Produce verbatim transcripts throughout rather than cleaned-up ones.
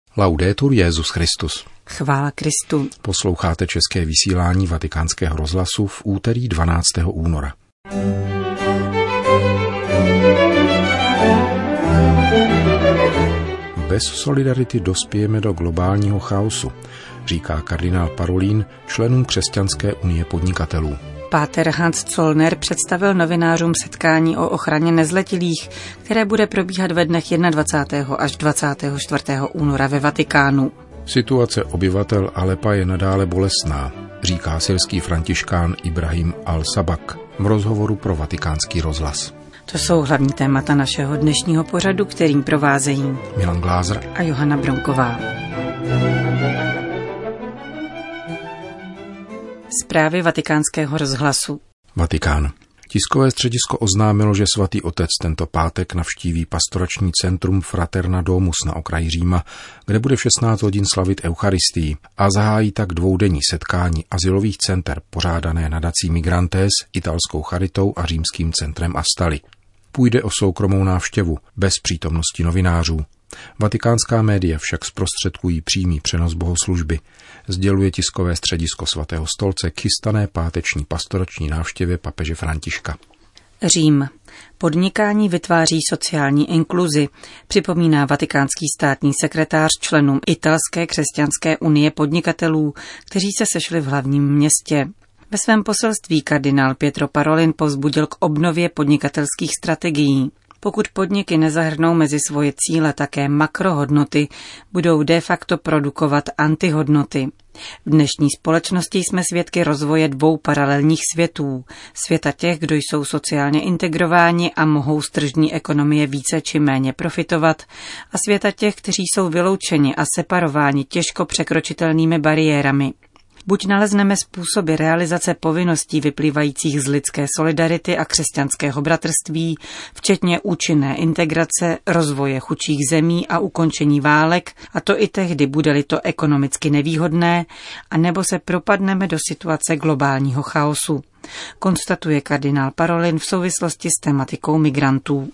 Laudetur Jesus Christus. Chvála Kristu. Posloucháte české vysílání Vatikánského rozhlasu v úterý dvanáctého února. Bez solidarity dospějeme do globálního chaosu, říká kardinál Parolin členům Křesťanské unie podnikatelů. Páter Hans Zollner představil novinářům setkání o ochraně nezletilých, které bude probíhat ve dnech dvacátého prvního až dvacátého čtvrtého února ve Vatikánu. Situace obyvatel Alepa je nadále bolestná, říká syrský františkán Ibrahim al-Sabak v rozhovoru pro Vatikánský rozhlas. To jsou hlavní témata našeho dnešního pořadu, kterým provázejí Milan Glázer a Johana Bronková. Zprávy Vatikánského rozhlasu. Vatikán. Tiskové středisko oznámilo, že svatý otec tento pátek navštíví pastorační centrum Fraterna Domus na okraji Říma, kde bude v šestnáct hodin slavit Eucharistii a zahájí tak dvoudenní setkání azylových center pořádané nadací Migrantes, italskou charitou a římským centrem Astali. Půjde o soukromou návštěvu bez přítomnosti novinářů. Vatikánská média však zprostředkují přímý přenos bohoslužby, sděluje tiskové středisko svatého stolce k chystané páteční pastorační návštěvě papeže Františka. Řím. Podnikání vytváří sociální inkluzi, připomíná vatikánský státní sekretář členům Italské křesťanské unie podnikatelů, kteří se sešli v hlavním městě. Ve svém poselství kardinál Pietro Parolin povzbudil k obnově podnikatelských strategií. Pokud podniky nezahrnou mezi svoje cíle také makrohodnoty, budou de facto produkovat antihodnoty. V dnešní společnosti jsme svědky rozvoje dvou paralelních světů. Světa těch, kdo jsou sociálně integrováni a mohou z tržní ekonomie více či méně profitovat, a světa těch, kteří jsou vyloučeni a separováni těžko překročitelnými bariérami. Buď nalezneme způsoby realizace povinností vyplývajících z lidské solidarity a křesťanského bratrství, včetně účinné integrace, rozvoje chudších zemí a ukončení válek, a to i tehdy, bude-li to ekonomicky nevýhodné, anebo se propadneme do situace globálního chaosu, konstatuje kardinál Parolin v souvislosti s tematikou migrantů.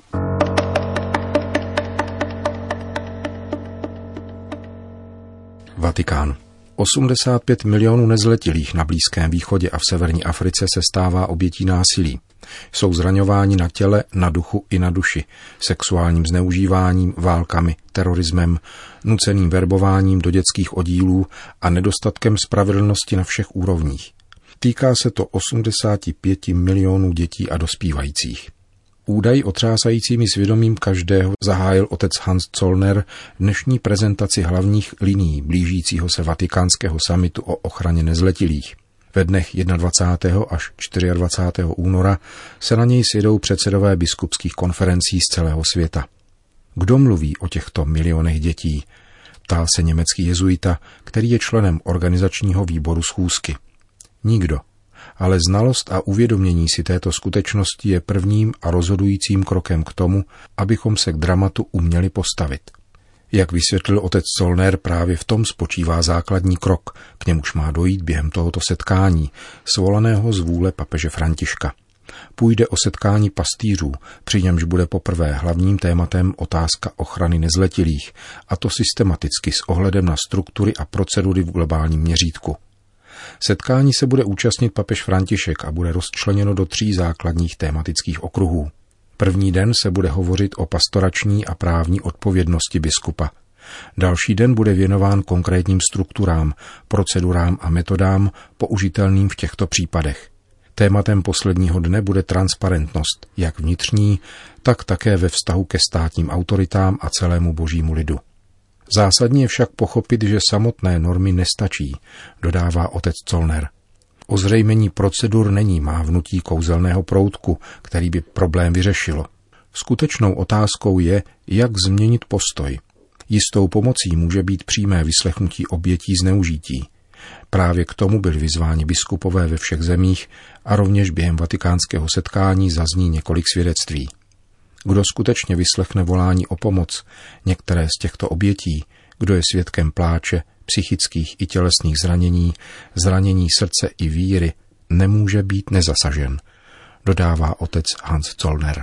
Vatikán. osmdesát pět milionů nezletilých na Blízkém východě a v severní Africe se stává obětí násilí. Jsou zraňováni na těle, na duchu i na duši, sexuálním zneužíváním, válkami, terorismem, nuceným verbováním do dětských oddílů a nedostatkem spravedlnosti na všech úrovních. Týká se to osmdesát pět milionů dětí a dospívajících. Údaj otřásajícími svědomím každého zahájil otec Hans Zollner dnešní prezentaci hlavních linií blížícího se vatikánského summitu o ochraně nezletilých. Ve dnech dvacátého prvního až dvacátého čtvrtého února se na něj sjedou předsedové biskupských konferencí z celého světa. Kdo mluví o těchto milionech dětí? Ptal se německý jezuita, který je členem organizačního výboru schůzky. Nikdo. Ale znalost a uvědomění si této skutečnosti je prvním a rozhodujícím krokem k tomu, abychom se k dramatu uměli postavit. Jak vysvětlil otec Zollner, právě v tom spočívá základní krok, k němuž má dojít během tohoto setkání, svolaného z vůle papeže Františka. Půjde o setkání pastýřů, při němž bude poprvé hlavním tématem otázka ochrany nezletilých, a to systematicky s ohledem na struktury a procedury v globálním měřítku. Setkání se bude účastnit papež František a bude rozčleněno do tří základních tématických okruhů. První den se bude hovořit o pastorační a právní odpovědnosti biskupa. Další den bude věnován konkrétním strukturám, procedurám a metodám použitelným v těchto případech. Tématem posledního dne bude transparentnost, jak vnitřní, tak také ve vztahu ke státním autoritám a celému božímu lidu. Zásadní je však pochopit, že samotné normy nestačí, dodává otec Zollner. Ozřejmení procedur není mávnutí kouzelného proutku, který by problém vyřešilo. Skutečnou otázkou je, jak změnit postoj. Jistou pomocí může být přímé vyslechnutí obětí zneužití. Právě k tomu byli vyzváni biskupové ve všech zemích a rovněž během vatikánského setkání zazní několik svědectví. Kdo skutečně vyslechne volání o pomoc, některé z těchto obětí, kdo je svědkem pláče, psychických i tělesných zranění, zranění srdce i víry, nemůže být nezasažen, dodává otec Hans Zollner.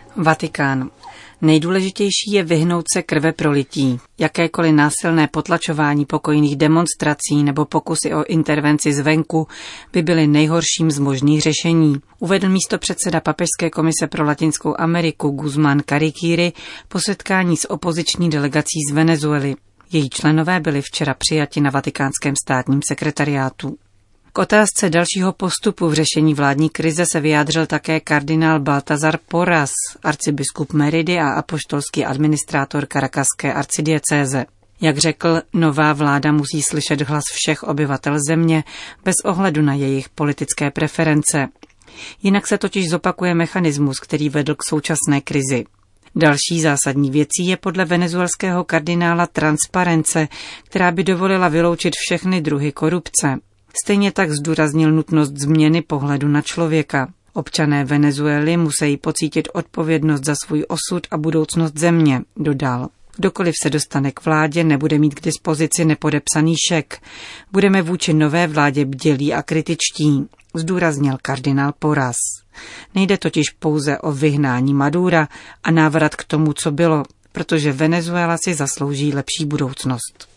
Vatikán. Nejdůležitější je vyhnout se krveprolití. Jakékoliv násilné potlačování pokojných demonstrací nebo pokusy o intervenci zvenku by byly nejhorším z možných řešení, uvedl místopředseda Papežské komise pro Latinskou Ameriku Guzmán Cariquiri po setkání s opoziční delegací z Venezuely. Její členové byli včera přijati na Vatikánském státním sekretariátu. K otázce dalšího postupu v řešení vládní krize se vyjádřil také kardinál Baltazar Porras, arcibiskup Meridy a apoštolský administrátor Caracaské arcidiecéze. Jak řekl, nová vláda musí slyšet hlas všech obyvatel země bez ohledu na jejich politické preference. Jinak se totiž zopakuje mechanismus, který vedl k současné krizi. Další zásadní věcí je podle venezuelského kardinála transparence, která by dovolila vyloučit všechny druhy korupce. Stejně tak zdůraznil nutnost změny pohledu na člověka. Občané Venezuely musí pocítit odpovědnost za svůj osud a budoucnost země, dodal. Kdokoliv se dostane k vládě, nebude mít k dispozici nepodepsaný šek. Budeme vůči nové vládě bdělí a kritičtí, zdůraznil kardinál Porras. Nejde totiž pouze o vyhnání Madura a návrat k tomu, co bylo, protože Venezuela si zaslouží lepší budoucnost.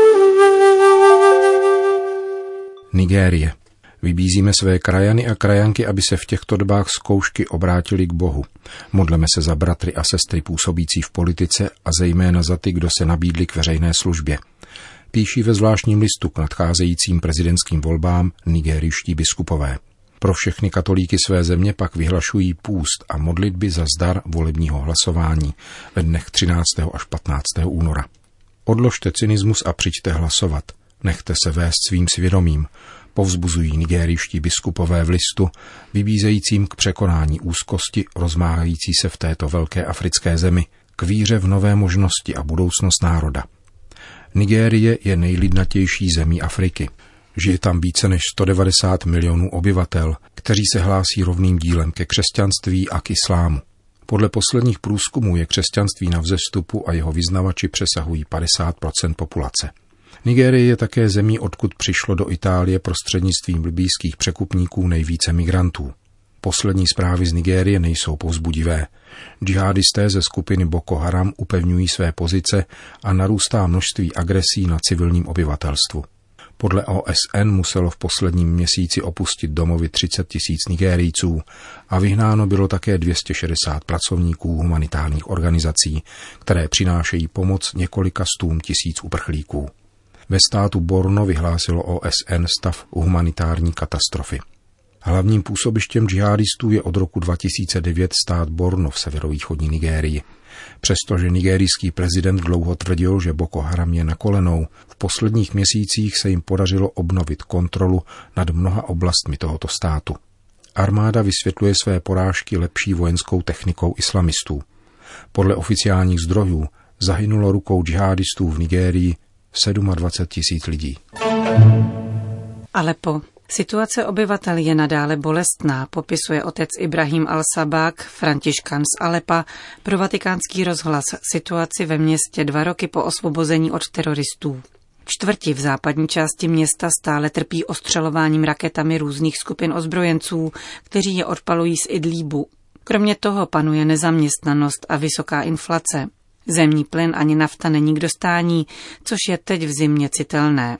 Nigérie. Vybízíme své krajany a krajanky, aby se v těchto dobách zkoušky obrátili k Bohu. Modleme se za bratry a sestry působící v politice a zejména za ty, kdo se nabídli k veřejné službě. Píší ve zvláštním listu k nadcházejícím prezidentským volbám nigerijští biskupové. Pro všechny katolíky své země pak vyhlašují půst a modlitby za zdar volebního hlasování ve dnech třináctého až patnáctého února. Odložte cynismus a přijďte hlasovat. Nechte se vést svým svědomím, povzbuzují nigerijští biskupové v listu, vybízejícím k překonání úzkosti rozmáhající se v této velké africké zemi, k víře v nové možnosti a budoucnost národa. Nigérie je nejlidnatější zemí Afriky. Žije tam více než sto devadesát milionů obyvatel, kteří se hlásí rovným dílem ke křesťanství a k islámu. Podle posledních průzkumů je křesťanství na vzestupu a jeho vyznavači přesahují padesát procent populace. Nigérie je také zemí, odkud přišlo do Itálie prostřednictvím libýských překupníků nejvíce migrantů. Poslední zprávy z Nigérie nejsou povzbudivé. Džihadisté ze skupiny Boko Haram upevňují své pozice a narůstá množství agresí na civilním obyvatelstvu. Podle O S N muselo v posledním měsíci opustit domovy třicet tisíc Nigérijců a vyhnáno bylo také dvě stě šedesát pracovníků humanitárních organizací, které přinášejí pomoc několika stům tisíc uprchlíků. Ve státu Borno vyhlásilo O S N stav humanitární katastrofy. Hlavním působištěm džihadistů je od roku dva tisíce devět stát Borno v severovýchodní Nigérii. Přestože nigerijský prezident dlouho tvrdil, že Boko Haram je na kolenou, v posledních měsících se jim podařilo obnovit kontrolu nad mnoha oblastmi tohoto státu. Armáda vysvětluje své porážky lepší vojenskou technikou islamistů. Podle oficiálních zdrojů zahynulo rukou džihadistů v Nigérii dvacet sedm tisíc lidí. Alepo. Situace obyvatel je nadále bolestná, popisuje otec Ibrahim al-Sabák, františkán z Alepa, pro Vatikánský rozhlas situaci ve městě dva roky po osvobození od teroristů. Čtvrti v západní části města stále trpí ostřelováním raketami různých skupin ozbrojenců, kteří je odpalují z Idlíbu. Kromě toho panuje nezaměstnanost a vysoká inflace. Zemní plyn ani nafta není k dostání, což je teď v zimě citelné.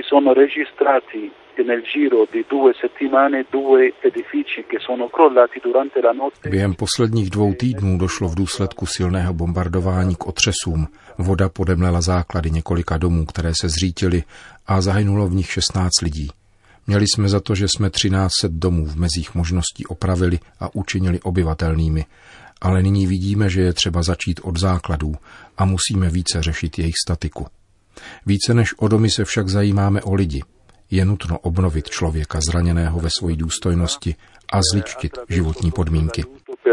Během posledních dvou týdnů došlo v důsledku silného bombardování k otřesům. Voda podemlela základy několika domů, které se zřítily, a zahynulo v nich šestnáct lidí. Měli jsme za to, že jsme třináct set domů v mezích možností opravili a učinili obyvatelnými, ale nyní vidíme, že je třeba začít od základů a musíme více řešit jejich statiku. Více než o domy se však zajímáme o lidi. Je nutno obnovit člověka zraněného ve své důstojnosti a zličtit životní podmínky.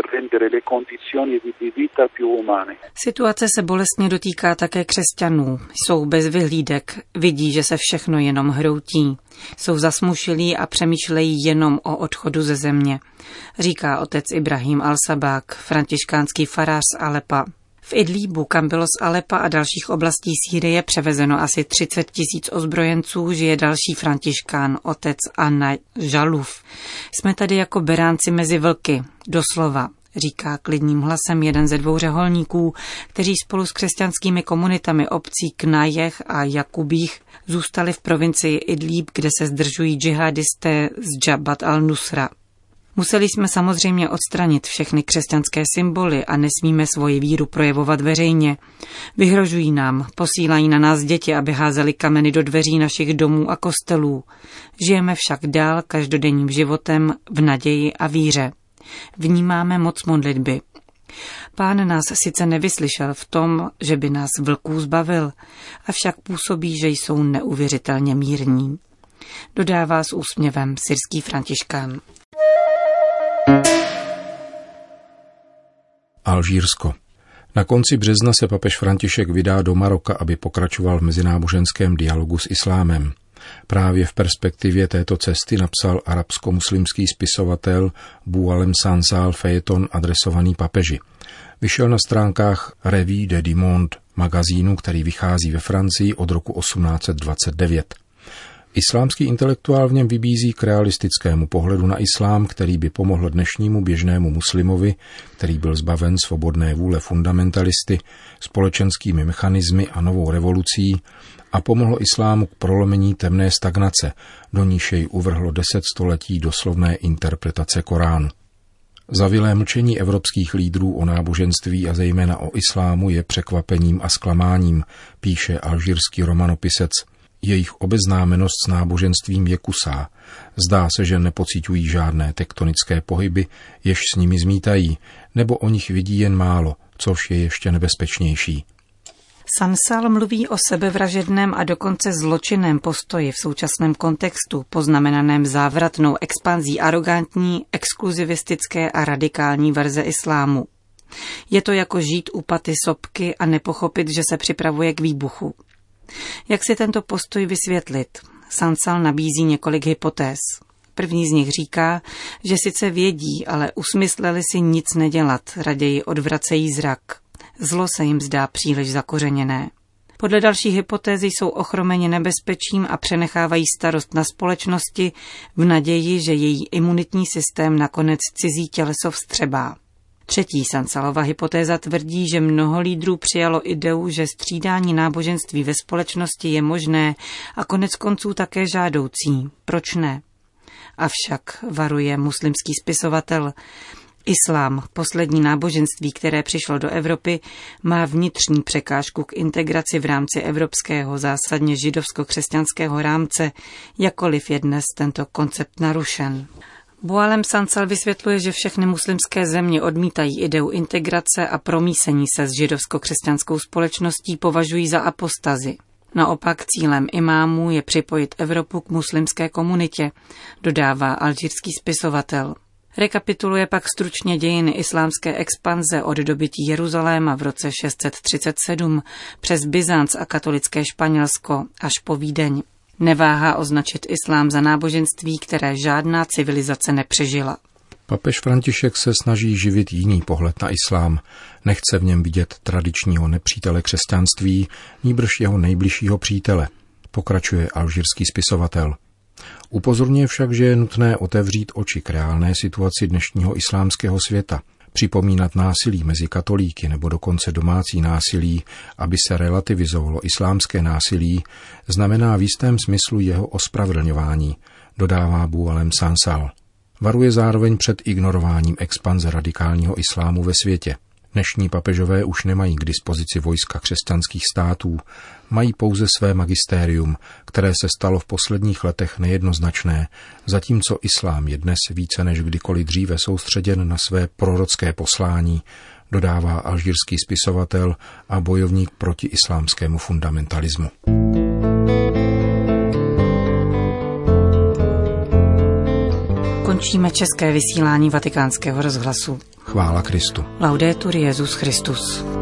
Situace se bolestně dotýká také křesťanů. Jsou bez vyhlídek, vidí, že se všechno jenom hroutí. Jsou zasmušilí a přemýšlejí jenom o odchodu ze země, říká otec Ibrahim al-Sabák, františkánský farář z Alepa. V Idlíbu, kam bylo z Alepa a dalších oblastí Sýrie převezeno asi třicet tisíc ozbrojenců, žije další františkán, otec Anna Žalův. Jsme tady jako beránci mezi vlky, doslova, říká klidným hlasem jeden ze dvou řeholníků, kteří spolu s křesťanskými komunitami obcí Knajeh a Jakubích zůstali v provincii Idlíb, kde se zdržují džihadisté z Jabhat al-Nusra. Museli jsme samozřejmě odstranit všechny křesťanské symboly a nesmíme svoji víru projevovat veřejně. Vyhrožují nám, posílají na nás děti, aby házeli kameny do dveří našich domů a kostelů. Žijeme však dál každodenním životem v naději a víře. Vnímáme moc modlitby. Pán nás sice nevyslyšel v tom, že by nás vlků zbavil, avšak působí, že jsou neuvěřitelně mírní. Dodává s úsměvem syrský františkán. Alžírsko. Na konci března se papež František vydá do Maroka, aby pokračoval v mezináboženském dialogu s islámem. Právě v perspektivě této cesty napsal arabsko-muslimský spisovatel Boualem Sansal fejeton adresovaný papeži. Vyšel na stránkách Revue de du Monde magazínu, který vychází ve Francii od roku osmnáct set dvacet devět. Islámský intelektuál v něm vybízí k realistickému pohledu na islám, který by pomohl dnešnímu běžnému muslimovi, který byl zbaven svobodné vůle fundamentalisty, společenskými mechanismy a novou revolucí, a pomohl islámu k prolomení temné stagnace, do níž jej uvrhlo deset století doslovné interpretace Koránu. Zavilé mlčení evropských lídrů o náboženství a zejména o islámu je překvapením a zklamáním, píše alžírský romanopisec. Jejich obeznámenost s náboženstvím je kusá. Zdá se, že nepociťují žádné tektonické pohyby, jež s nimi zmítají, nebo o nich vidí jen málo, což je ještě nebezpečnější. Sansal mluví o sebevražedném a dokonce zločinném postoji v současném kontextu, poznamenaném závratnou expanzí arogantní, exkluzivistické a radikální verze islámu. Je to jako žít u paty sopky a nepochopit, že se připravuje k výbuchu. Jak si tento postoj vysvětlit? Sansal nabízí několik hypotéz. První z nich říká, že sice vědí, ale usmysleli si nic nedělat, raději odvracejí zrak. Zlo se jim zdá příliš zakořeněné. Podle další hypotézy jsou ochromeni nebezpečím a přenechávají starost na společnosti v naději, že její imunitní systém nakonec cizí těleso vstřebá. Třetí Sansalova hypotéza tvrdí, že mnoho lídrů přijalo ideu, že střídání náboženství ve společnosti je možné a konec konců také žádoucí. Proč ne? Avšak, varuje muslimský spisovatel, islám, poslední náboženství, které přišlo do Evropy, má vnitřní překážku k integraci v rámci evropského zásadně židovsko-křesťanského rámce, jakkoliv je dnes tento koncept narušen. Boualem Sansal vysvětluje, že všechny muslimské země odmítají ideu integrace a promísení se s židovsko-křesťanskou společností považují za apostazi. Naopak cílem imámů je připojit Evropu k muslimské komunitě, dodává alžírský spisovatel. Rekapituluje pak stručně dějiny islámské expanze od dobytí Jeruzaléma v roce šest set třicet sedm přes Byzanc a katolické Španělsko až po Vídeň. Neváhá označit islám za náboženství, které žádná civilizace nepřežila. Papež František se snaží živit jiný pohled na islám. Nechce v něm vidět tradičního nepřítele křesťanství, nýbrž jeho nejbližšího přítele, pokračuje alžírský spisovatel. Upozorňuje však, že je nutné otevřít oči k reálné situaci dnešního islámského světa, připomínat násilí mezi katolíky nebo dokonce domácí násilí, aby se relativizovalo islámské násilí, znamená v jistém smyslu jeho ospravedlňování, dodává Boualem Sansal. Varuje zároveň před ignorováním expanze radikálního islámu ve světě. Dnešní papežové už nemají k dispozici vojska křesťanských států, mají pouze své magistérium, které se stalo v posledních letech nejednoznačné, zatímco islám je dnes více než kdykoliv dříve soustředěn na své prorocké poslání, dodává alžírský spisovatel a bojovník proti islámskému fundamentalismu. Končíme české vysílání Vatikánského rozhlasu. Chvála Kristu. Laudetur Jesus Christus.